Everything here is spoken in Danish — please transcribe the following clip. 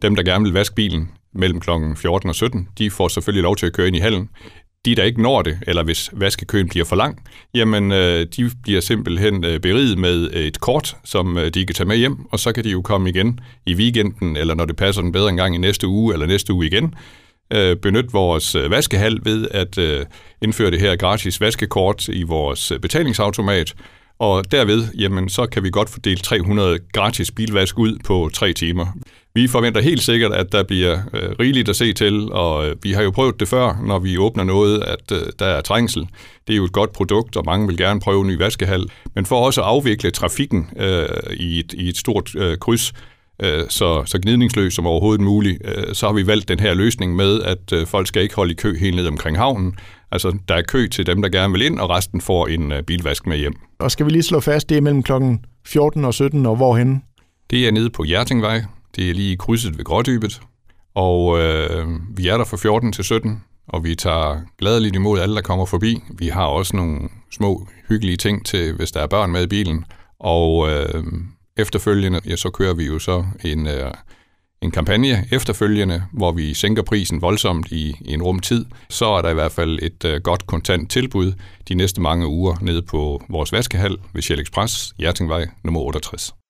dem, der gerne vil vaske bilen mellem kl. 14 og 17, de får selvfølgelig lov til at køre ind i hallen. De, der ikke når det, eller hvis vaskekøen bliver for lang, jamen de bliver simpelthen beriget med et kort, som de kan tage med hjem, og så kan de jo komme igen i weekenden, eller når det passer den bedre en gang i næste uge, eller næste uge igen. Benyt vores vaskehal ved at indføre det her gratis vaskekort i vores betalingsautomat, og derved, jamen, så kan vi godt fordele 300 gratis bilvask ud på 3 timer. Vi forventer helt sikkert, at der bliver rigeligt at se til, og vi har jo prøvet det før, når vi åbner noget, at der er trængsel. Det er jo et godt produkt, og mange vil gerne prøve en ny vaskehal. Men for også at afvikle trafikken i et stort kryds, så gnidningsløst som overhovedet muligt, så har vi valgt den her løsning med, at folk skal ikke holde i kø helt ned omkring havnen. Altså, der er kø til dem, der gerne vil ind, og resten får en bilvask med hjem. Og skal vi lige slå fast, det er mellem klokken 14 og 17, og hvorhenne? Det er nede på Hjertingvej. Det er lige i krydset ved Grådybet. Og vi er der fra 14 til 17, og vi tager gladeligt imod alle, der kommer forbi. Vi har også nogle små hyggelige ting til, hvis der er børn med i bilen. Og efterfølgende, ja, så kører vi jo så en kampagne efterfølgende, hvor vi sænker prisen voldsomt i en rum tid. Så er der i hvert fald et godt kontant tilbud de næste mange uger nede på vores vaskehal ved Shell Express, Hjertingvej nummer 68.